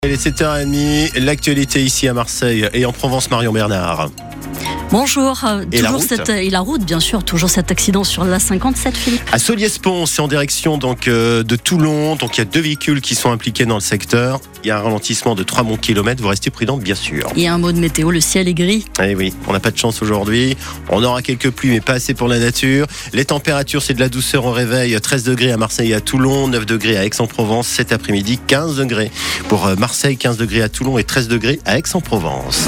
Il est 7h30, l'actualité ici à Marseille et en Provence, Marion Bernard. Bonjour. Et la route, bien sûr, toujours cet accident sur la 57, Philippe. À Solliès-Pont, c'est en direction de Toulon. Donc il y a 2 véhicules qui sont impliqués dans le secteur. Il y a un ralentissement de 3 bons kilomètres. Vous restez prudents, bien sûr. Il y a un mot de météo, le ciel est gris. Eh oui, on n'a pas de chance aujourd'hui. On aura quelques pluies, mais pas assez pour la nature. Les températures, c'est de la douceur au réveil. 13 degrés à Marseille et à Toulon, 9 degrés à Aix-en-Provence. Cet après-midi, 15 degrés pour Marseille, 15 degrés à Toulon et 13 degrés à Aix-en-Provence.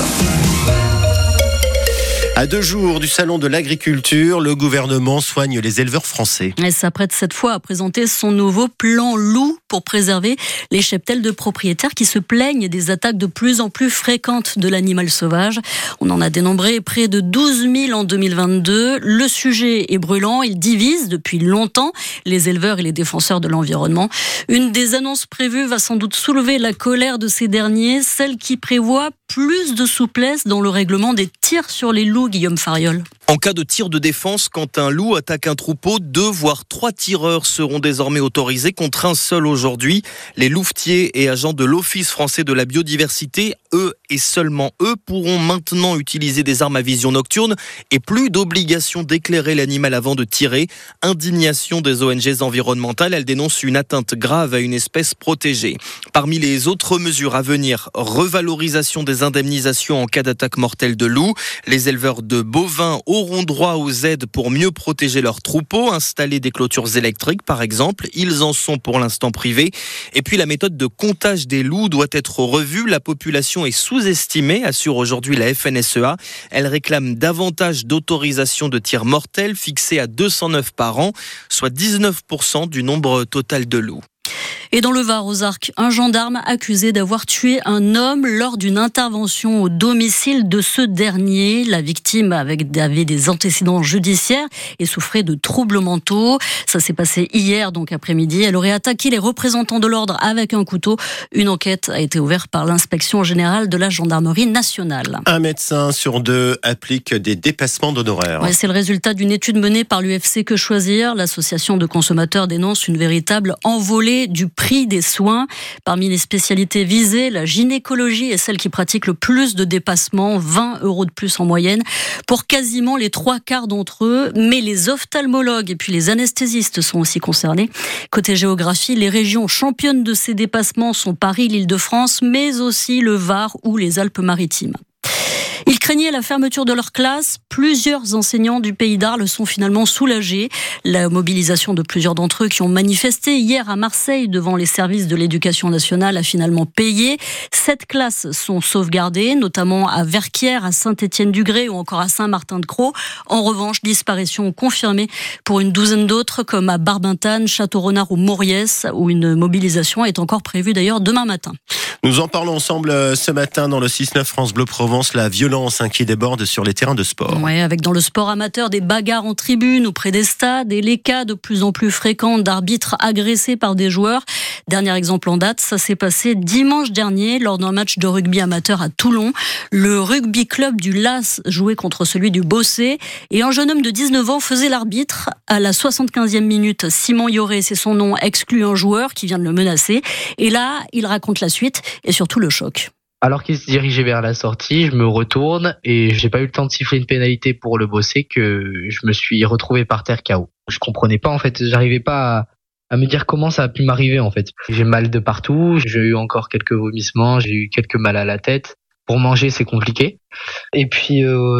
À 2 jours du salon de l'agriculture, le gouvernement soigne les éleveurs français. Elle s'apprête cette fois à présenter son nouveau plan loup pour préserver les cheptels de propriétaires qui se plaignent des attaques de plus en plus fréquentes de l'animal sauvage. On en a dénombré près de 12 000 en 2022. Le sujet est brûlant, il divise depuis longtemps les éleveurs et les défenseurs de l'environnement. Une des annonces prévues va sans doute soulever la colère de ces derniers, celle qui prévoit plus de souplesse dans le règlement des tirs sur les loups, Guillaume Fariol. En cas de tir de défense, quand un loup attaque un troupeau, 2 voire 3 tireurs seront désormais autorisés contre un seul aujourd'hui. Les louvetiers et agents de l'Office français de la biodiversité, eux et seulement eux, pourront maintenant utiliser des armes à vision nocturne et plus d'obligation d'éclairer l'animal avant de tirer. Indignation des ONG environnementales, elles dénoncent une atteinte grave à une espèce protégée. Parmi les autres mesures à venir, revalorisation des indemnisations en cas d'attaque mortelle de loups. Les éleveurs de bovins auront droit aux aides pour mieux protéger leurs troupeaux, installer des clôtures électriques par exemple. Ils en sont pour l'instant privés. Et puis la méthode de comptage des loups doit être revue. La population est sous-estimée, assure aujourd'hui la FNSEA. Elle réclame davantage d'autorisations de tirs mortels fixées à 209 par an, soit 19% du nombre total de loups. Et dans le Var, aux Arcs, un gendarme accusé d'avoir tué un homme lors d'une intervention au domicile de ce dernier. La victime avait des antécédents judiciaires et souffrait de troubles mentaux. Ça s'est passé hier, donc après-midi. Elle aurait attaqué les représentants de l'ordre avec un couteau. Une enquête a été ouverte par l'inspection générale de la gendarmerie nationale. Un médecin sur 2 applique des dépassements d'honoraires. Ouais, c'est le résultat d'une étude menée par l'UFC Que Choisir. L'association de consommateurs dénonce une véritable envolée du prix des soins. Parmi les spécialités visées, la gynécologie est celle qui pratique le plus de dépassements, 20 € de plus en moyenne, pour quasiment les 3/4 d'entre eux. Mais les ophtalmologues et puis les anesthésistes sont aussi concernés. Côté géographie, les régions championnes de ces dépassements sont Paris, l'Île-de-France, mais aussi le Var ou les Alpes-Maritimes. Ils craignaient la fermeture de leur classe. Plusieurs enseignants du Pays d'Arles sont finalement soulagés. La mobilisation de plusieurs d'entre eux qui ont manifesté hier à Marseille devant les services de l'éducation nationale a finalement payé. 7 classes sont sauvegardées, notamment à Verquières, à Saint-Étienne-du-Gré ou encore à Saint-Martin-de-Crau. En revanche, disparition confirmée pour une douzaine d'autres comme à Barbentane, Château-Renard ou Mauriès, où une mobilisation est encore prévue d'ailleurs demain matin. Nous en parlons ensemble ce matin dans le 6-9 France Bleu Provence, la violence qui déborde sur les terrains de sport. Ouais, avec dans le sport amateur des bagarres en tribune ou près des stades et les cas de plus en plus fréquents d'arbitres agressés par des joueurs. Dernier exemple en date, ça s'est passé dimanche dernier lors d'un match de rugby amateur à Toulon. Le rugby club du LAS jouait contre celui du Bossé et un jeune homme de 19 ans faisait l'arbitre. À la 75e minute, Simon Yoré, c'est son nom, exclut un joueur qui vient de le menacer. Et là, il raconte la suite et surtout le choc. Alors qu'il se dirigeait vers la sortie, je me retourne et j'ai pas eu le temps de siffler une pénalité pour le Bossé que je me suis retrouvé par terre KO. Je comprenais pas en fait, j'arrivais pas à me dire comment ça a pu m'arriver en fait. J'ai mal de partout, j'ai eu encore quelques vomissements, j'ai eu quelques mal à la tête. Pour manger, c'est compliqué. Et puis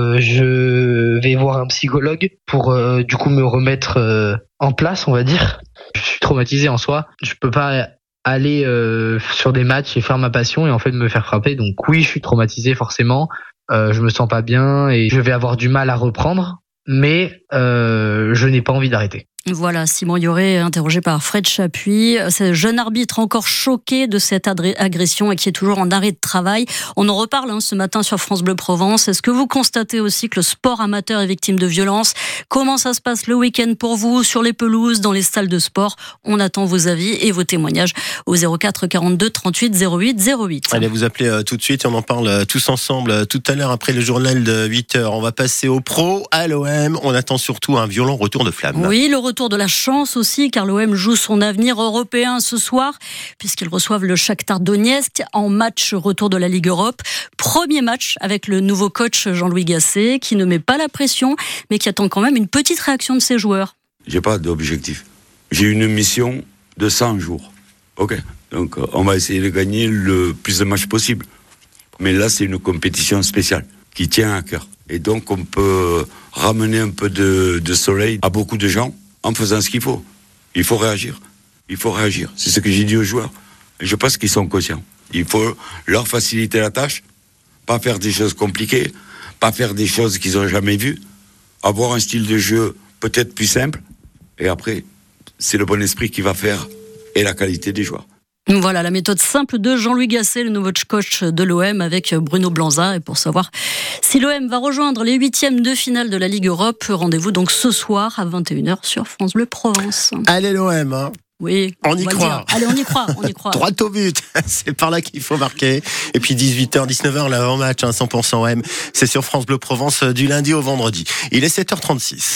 je vais voir un psychologue pour du coup me remettre en place, on va dire. Je suis traumatisé en soi. Je peux pas aller sur des matchs et faire ma passion et en fait me faire frapper. Donc oui, je suis traumatisé forcément. Je me sens pas bien et je vais avoir du mal à reprendre. Mais je n'ai pas envie d'arrêter. Voilà, Simon Yoré, interrogé par Fred Chapuis. Ce jeune arbitre encore choqué de cette agression et qui est toujours en arrêt de travail. On en reparle ce matin sur France Bleu Provence. Est-ce que vous constatez aussi que le sport amateur est victime de violence ? Comment ça se passe le week-end pour vous, sur les pelouses, dans les salles de sport ? On attend vos avis et vos témoignages au 04 42 38 08 08. Allez, vous appelez tout de suite et on en parle tous ensemble tout à l'heure après le journal de 8h. On va passer au pro, à l'OM. On attend surtout un violent retour de flamme. Oui, le retour retour de la chance aussi, car l'OM joue son avenir européen ce soir, puisqu'ils reçoivent le Shakhtar Donetsk en match retour de la Ligue Europe. Premier match avec le nouveau coach Jean-Louis Gasset, qui ne met pas la pression, mais qui attend quand même une petite réaction de ses joueurs. J'ai pas d'objectif. J'ai une mission de 100 jours. Ok. Donc, on va essayer de gagner le plus de matchs possible. Mais là, c'est une compétition spéciale qui tient à cœur. Et donc, on peut ramener un peu de soleil à beaucoup de gens en faisant ce qu'il faut. Il faut réagir. Il faut réagir. C'est ce que j'ai dit aux joueurs. Et je pense qu'ils sont conscients. Il faut leur faciliter la tâche, pas faire des choses compliquées, pas faire des choses qu'ils n'ont jamais vues, avoir un style de jeu peut-être plus simple. Et après, c'est le bon esprit qui va faire et la qualité des joueurs. Voilà la méthode simple de Jean-Louis Gasset, le nouveau coach de l'OM avec Bruno Blanza. Et pour savoir si l'OM va rejoindre les 8e de finale de la Ligue Europe, rendez-vous donc ce soir à 21h sur France Bleu Provence. Allez l'OM, hein. Oui, on y croit. Allez, on y croit. Droit au but, c'est par là qu'il faut marquer. Et puis 18h, 19h, l'avant-match, 100% OM. C'est sur France Bleu Provence du lundi au vendredi. Il est 7h36.